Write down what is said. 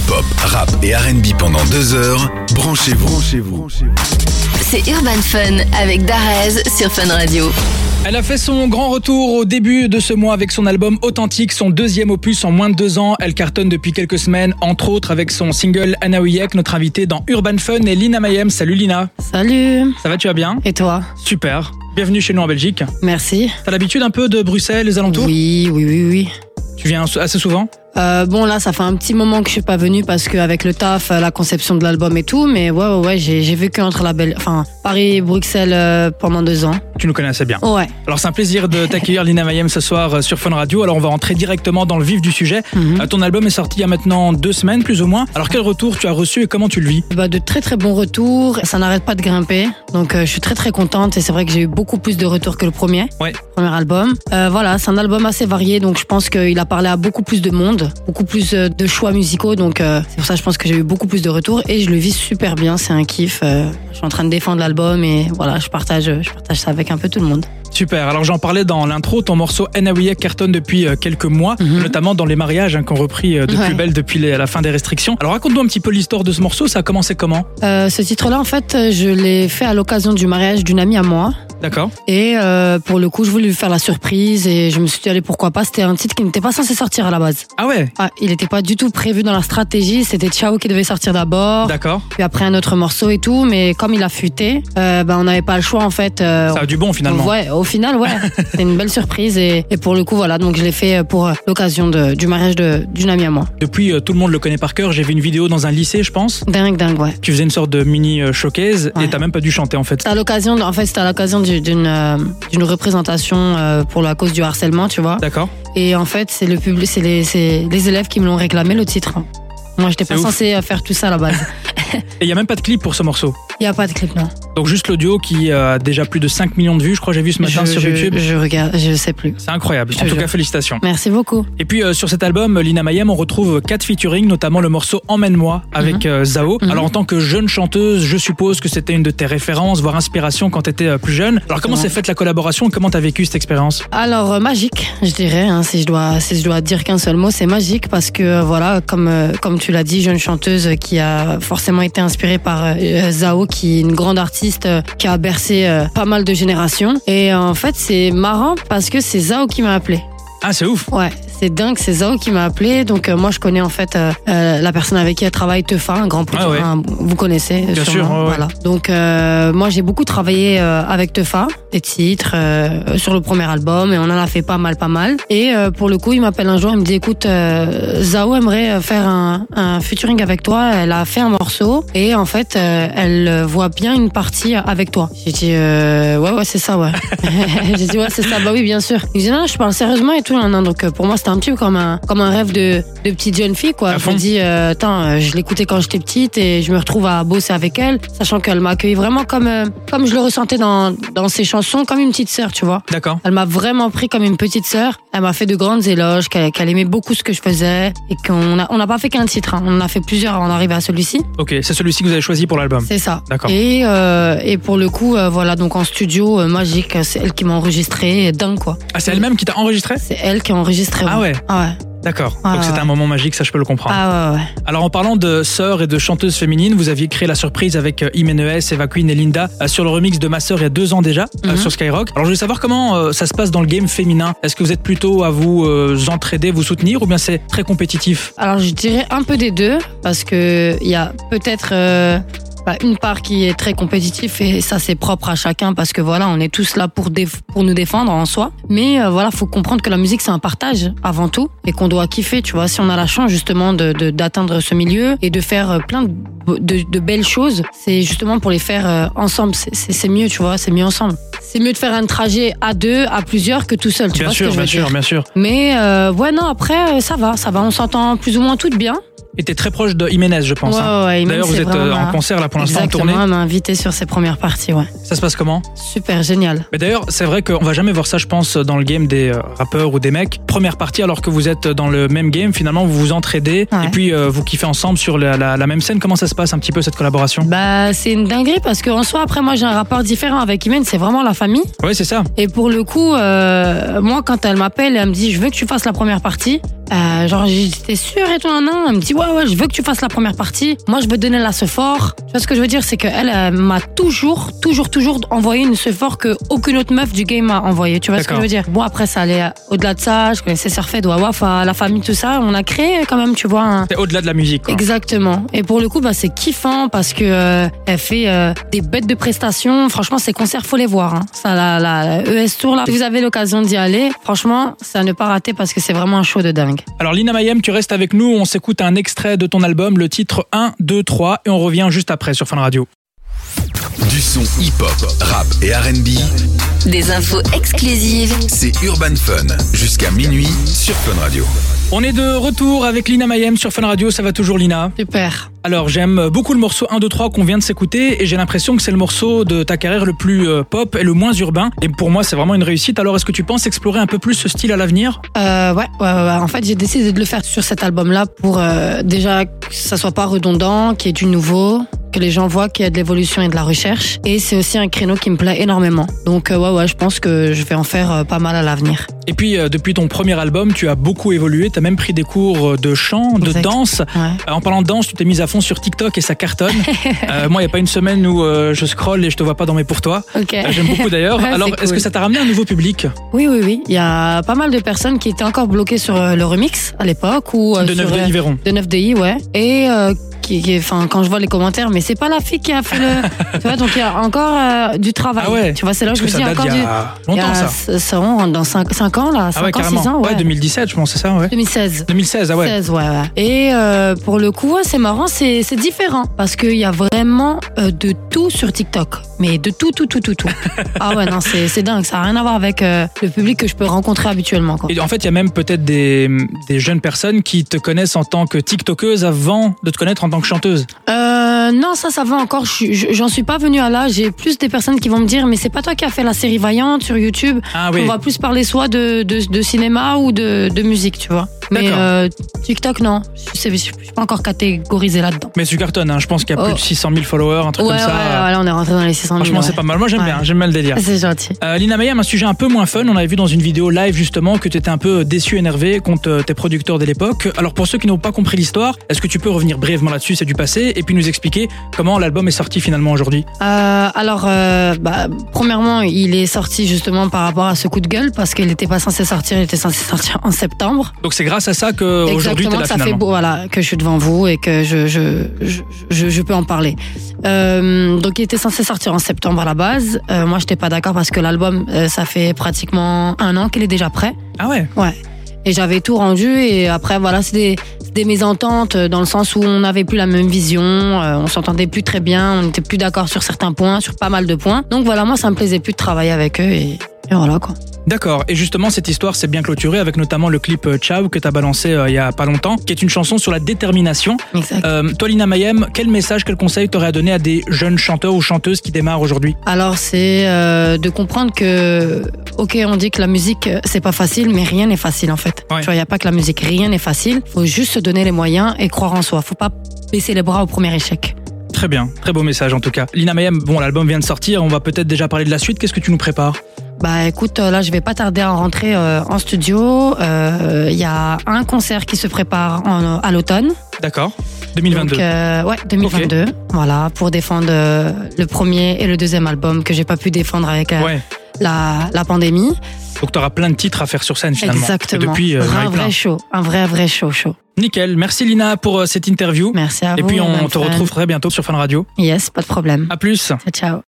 Hip-hop, rap et R&B pendant 2 heures. Branchez-vous. C'est Urban Fun avec Darez sur Fun Radio. Elle a fait son grand retour au début de ce mois avec son album Authentique, son 2e opus en moins de 2 ans. Elle cartonne depuis quelques semaines, entre autres avec son single Anaouiek. Notre invitée dans Urban Fun est Lina Mayem. Salut Lina. Salut. Ça va, tu vas bien? Et toi? Super. Bienvenue chez nous en Belgique. Merci. T'as l'habitude un peu de Bruxelles, les alentours? Oui. Tu viens assez souvent? Bon, là, ça fait un petit moment que je suis pas venue parce qu'avec le taf, la conception de l'album et tout, mais ouais, j'ai vécu entre Paris et Bruxelles pendant 2 ans. Tu nous connais assez bien. Ouais. Alors c'est un plaisir de t'accueillir Lina Mayem ce soir sur Fun Radio. Alors on va rentrer directement dans le vif du sujet. Ton album est sorti il y a maintenant 2 semaines plus ou moins. Alors quel retour tu as reçu et comment tu le vis? De très très bons retours, ça n'arrête pas de grimper, donc je suis très très contente et c'est vrai que j'ai eu beaucoup plus de retours que le premier album. Voilà, c'est un album assez varié, donc je pense qu'il a parlé à beaucoup plus de monde, beaucoup plus de choix musicaux, donc c'est pour ça que je pense que j'ai eu beaucoup plus de retours et je le vis super bien, c'est un kiff. Je suis en train de défendre l'album et voilà, je partage ça avec un peu tout le monde. Super, alors j'en parlais dans l'intro, ton morceau Anaouiek cartonne depuis quelques mois, notamment dans les mariages qui ont repris de plus belle depuis la fin des restrictions. Alors raconte-nous un petit peu l'histoire de ce morceau, ça a commencé comment? Ce titre-là, en fait, je l'ai fait à l'occasion du mariage d'une amie à moi. D'accord. Et pour le coup, je voulais lui faire la surprise et je me suis dit, allez, pourquoi pas. C'était un titre qui n'était pas censé sortir à la base. Ah ouais? Il n'était pas du tout prévu dans la stratégie. C'était Ciao qui devait sortir d'abord. D'accord. Puis après un autre morceau et tout. Mais comme il a fuité, on n'avait pas le choix en fait. Ça a du bon finalement. Ouais, au final, ouais. C'était une belle surprise et pour le coup, voilà. Donc je l'ai fait pour l'occasion du mariage d'une amie à moi. Depuis, tout le monde le connaît par cœur. J'ai vu une vidéo dans un lycée, je pense. Dingue, ouais. Tu faisais une sorte de mini showcase et t'as même pas dû chanter en fait. C'était à l'occasion d'une représentation pour la cause du harcèlement, tu vois. D'accord. Et en fait, c'est le public, c'est les élèves qui me l'ont réclamé, le titre. Moi, j'étais pas censée faire tout ça à la base. Et il y a même pas de clip pour ce morceau? Il y a pas de clip, non. Donc juste l'audio qui a déjà plus de 5 millions de vues, je crois que j'ai vu ce matin sur YouTube. Je regarde, je sais plus. C'est incroyable. En tout cas, félicitations. Merci beaucoup. Et puis sur cet album, Lina Mayem, on retrouve 4 featuring, notamment le morceau Emmène-moi avec Zao. Alors en tant que jeune chanteuse, je suppose que c'était une de tes références, voire inspiration quand t'étais plus jeune. Alors comment s'est faite la collaboration et comment t'as vécu cette expérience? Alors magique, je dirais. Si je dois dire qu'un seul mot, c'est magique parce que voilà, comme tu l'as dit, jeune chanteuse qui a forcément été inspirée par Zao, qui est une grande artiste qui a bercé pas mal de générations. Et en fait, c'est marrant parce que c'est Zao qui m'a appelé. Ah, c'est ouf. Ouais, c'est dingue, c'est Zao qui m'a appelé. Donc moi, je connais en fait la personne avec qui elle travaille, Tefa, un grand producteur. Vous connaissez bien sûrement. sûr. Voilà. Donc moi, j'ai beaucoup travaillé avec Tefa, des titres sur le premier album et on en a fait pas mal. Et pour le coup, il m'appelle un jour, il me dit écoute, Zao aimerait faire un featuring avec toi. Elle a fait un morceau et en fait, elle voit bien une partie avec toi. J'ai dit ouais, c'est ça, ouais. J'ai dit ouais, c'est ça. Bah oui, bien sûr. Il me dit non, je parle sérieusement et tout. Non. Donc pour moi, c'était un petit peu comme un rêve de petite jeune fille, quoi. Je me dis je l'écoutais quand j'étais petite et je me retrouve à bosser avec elle, sachant qu'elle m'a accueilli vraiment comme je le ressentais dans ses chansons, comme une petite sœur, tu vois. D'accord. Elle m'a vraiment pris comme une petite sœur. Elle m'a fait de grandes éloges, qu'elle aimait beaucoup ce que je faisais et qu'on n'a pas fait qu'un titre. On en a fait plusieurs avant d'arriver à celui-ci. Ok, c'est celui-ci que vous avez choisi pour l'album. C'est ça. D'accord. Et pour le coup, voilà, donc en studio, magique, c'est elle qui m'a enregistré, dingue, quoi. Ah, c'est elle-même qui t'a enregistré? C'est elle qui a enregistré. Ah ouais. D'accord, donc c'était un moment magique, ça je peux le comprendre. Ah ouais. Alors en parlant de sœurs et de chanteuses féminines, vous aviez créé la surprise avec Imenes, Eva Queen et Linda sur le remix de Ma Sœur il y a 2 ans déjà sur Skyrock. Alors je voulais savoir comment ça se passe dans le game féminin. Est-ce que vous êtes plutôt à vous entraider, vous soutenir ou bien c'est très compétitif? Alors je dirais un peu des deux parce que il y a peut-être une part qui est très compétitive et ça c'est propre à chacun parce que voilà, on est tous là pour nous défendre en soi. Mais voilà, faut comprendre que la musique c'est un partage avant tout et qu'on doit kiffer, tu vois. Si on a la chance justement d'atteindre ce milieu et de faire plein de belles choses, c'est justement pour les faire ensemble. C'est mieux, tu vois, c'est mieux ensemble. C'est mieux de faire un trajet à 2, à plusieurs que tout seul, tu vois ce que je veux dire. Bien sûr. Mais après ça va, on s'entend plus ou moins toutes bien. Et t'es très proche de Imenes, je pense. Ouais, d'ailleurs, vous êtes en concert là pour l'instant, en tournée. Exactement, elle m'a invité sur ses premières parties, ouais. Ça se passe comment? Super, génial. Mais d'ailleurs, c'est vrai qu'on va jamais voir ça, je pense, dans le game des rappeurs ou des mecs. Première partie, alors que vous êtes dans le même game, finalement, vous vous entraidez et puis vous kiffez ensemble sur la même scène. Comment ça se passe un petit peu cette collaboration? C'est une dinguerie parce qu'en soi, après, moi, j'ai un rapport différent avec Imenes, c'est vraiment la famille. Ouais, c'est ça. Et pour le coup, moi, quand elle m'appelle, elle me dit, je veux que tu fasses la première partie. Genre, j'étais sûre et tout, non. Elle me dit, ouais, je veux que tu fasses la première partie. Moi, je veux te donner la sephore. Tu vois ce que je veux dire, c'est qu'elle m'a toujours envoyé une sephore que aucune autre meuf du game m'a envoyé. Tu vois ce que je veux dire? Bon, après, ça allait au-delà de ça. Je connaissais Surfed, Wawafa, la famille, tout ça. On a créé quand même, tu vois. C'est au-delà de la musique, quoi. Exactement. Et pour le coup, c'est kiffant parce que elle fait des bêtes de prestations. Franchement, ces concerts, faut les voir. Hein. Ça, la ES Tour, là, si vous avez l'occasion d'y aller, franchement, c'est à ne pas rater parce que c'est vraiment un show de dingue. Alors Lina Mayem, tu restes avec nous, on s'écoute un extrait de ton album, le titre 1, 2, 3, et on revient juste après sur Fun Radio. Du son hip-hop, rap et R&B. Des infos exclusives. C'est Urban Fun, jusqu'à minuit sur Fun Radio. On est de retour avec Lina Mayem sur Fun Radio, ça va toujours Lina? Super. Alors j'aime beaucoup le morceau 1, 2, 3 qu'on vient de s'écouter et j'ai l'impression que c'est le morceau de ta carrière le plus pop et le moins urbain. Et pour moi c'est vraiment une réussite. Alors est-ce que tu penses explorer un peu plus ce style à l'avenir? Ouais. En fait j'ai décidé de le faire sur cet album-là pour déjà que ça soit pas redondant, qu'il y ait du nouveau, que les gens voient qu'il y a de l'évolution et de la recherche. Et c'est aussi un créneau qui me plaît énormément. Donc je pense que je vais en faire pas mal à l'avenir. Et puis depuis ton premier album tu as beaucoup évolué, tu as même pris des cours de chant, de danse. Ouais. En parlant de danse, tu t'es mise à fond sur TikTok et ça cartonne. Moi, il n'y a pas une semaine où je scrolle et je te vois pas dans mes pour toi. Okay. J'aime beaucoup d'ailleurs. Ouais, alors, est-ce que ça t'a ramené un nouveau public? Oui. Il y a pas mal de personnes qui étaient encore bloquées sur le remix à l'époque. Ou de 9 de Yveron. De 9 DI, ouais. Et quand je vois les commentaires, mais c'est pas la fille qui a fait le... tu vois, donc il y a encore du travail. Ah ouais. Tu vois, c'est là que je me dis encore il y a longtemps, ça. Ça rentre dans 5 ans, là. 5 ans, 6 ans, ouais. 2017, je pense, c'est ça, ouais. 2016. 2016, ah ouais. 16, ouais. Et pour le coup, c'est marrant, c'est différent. Parce qu'il y a vraiment de tout sur TikTok. Mais de tout. Ah ouais, non, c'est dingue. Ça n'a rien à voir avec le public que je peux rencontrer habituellement, quoi. Et en fait, il y a même peut-être des jeunes personnes qui te connaissent en tant que TikTokeuse avant de te connaître en tant que chanteuse. Non, ça va encore. J'en suis pas venue à là. J'ai plus des personnes qui vont me dire, mais c'est pas toi qui as fait la série Vaillante sur YouTube. Ah oui. On va plus parler soit de cinéma ou de musique, tu vois. Mais TikTok, non. Je suis pas encore catégorisée là-dedans. Mais tu cartonnes, hein. Je pense qu'il y a plus de 600 000 followers, un truc comme ça. Ouais, là, on est rentré dans les 600 000. Franchement, c'est pas mal. Moi, j'aime bien le délire. C'est gentil. Lina Mayem, un sujet un peu moins fun. On avait vu dans une vidéo live, justement, que tu étais un peu déçu, énervé contre tes producteurs de l'époque. Alors, pour ceux qui n'ont pas compris l'histoire, est-ce que tu peux revenir brièvement là-dessus, c'est du passé, et puis nous expliquer comment l'album est sorti finalement aujourd'hui? Premièrement, il est sorti justement par rapport à ce coup de gueule, parce qu'il n'était pas censé sortir, il était censé sortir en septembre. Donc, c'est grâce à ça qu'aujourd'hui, t'es là, finalement. Voilà, que je suis devant vous et que je peux en parler. Donc il était censé sortir en septembre à la base. Moi j'étais pas d'accord parce que l'album ça fait pratiquement 1 an qu'il est déjà prêt. Ah ouais. Ouais. Et j'avais tout rendu et après voilà c'est des mésententes dans le sens où on n'avait plus la même vision, on s'entendait plus très bien, on n'était plus d'accord sur certains points, sur pas mal de points. Donc voilà, moi ça me plaisait plus de travailler avec eux et voilà quoi. D'accord, et justement cette histoire s'est bien clôturée avec notamment le clip Ciao que t'as balancé il y a pas longtemps, qui est une chanson sur la détermination. Exact. Toi Lina Mayem, quel message, quel conseil t'aurais à donner à des jeunes chanteurs ou chanteuses qui démarrent aujourd'hui? Alors c'est de comprendre que, ok on dit que la musique c'est pas facile, mais rien n'est facile en fait. Ouais. Tu vois, il n'y a pas que la musique, rien n'est facile, faut juste se donner les moyens et croire en soi, faut pas baisser les bras au premier échec. Très bien, très beau message en tout cas. Lina Mayem, bon l'album vient de sortir, on va peut-être déjà parler de la suite, qu'est-ce que tu nous prépares? Bah écoute, là je vais pas tarder à rentrer en studio. Il y a un concert qui se prépare à l'automne. D'accord. 2022. Donc, ouais, 2022. Okay. Voilà, pour défendre le premier et le deuxième album que j'ai pas pu défendre avec la pandémie. Donc tu auras plein de titres à faire sur scène finalement. Exactement. Et depuis, un vrai show, un vrai show. Nickel, merci Lina pour cette interview. Merci à vous. Et puis on te retrouve très bientôt sur Fun Radio. Yes, pas de problème. À plus. Ciao.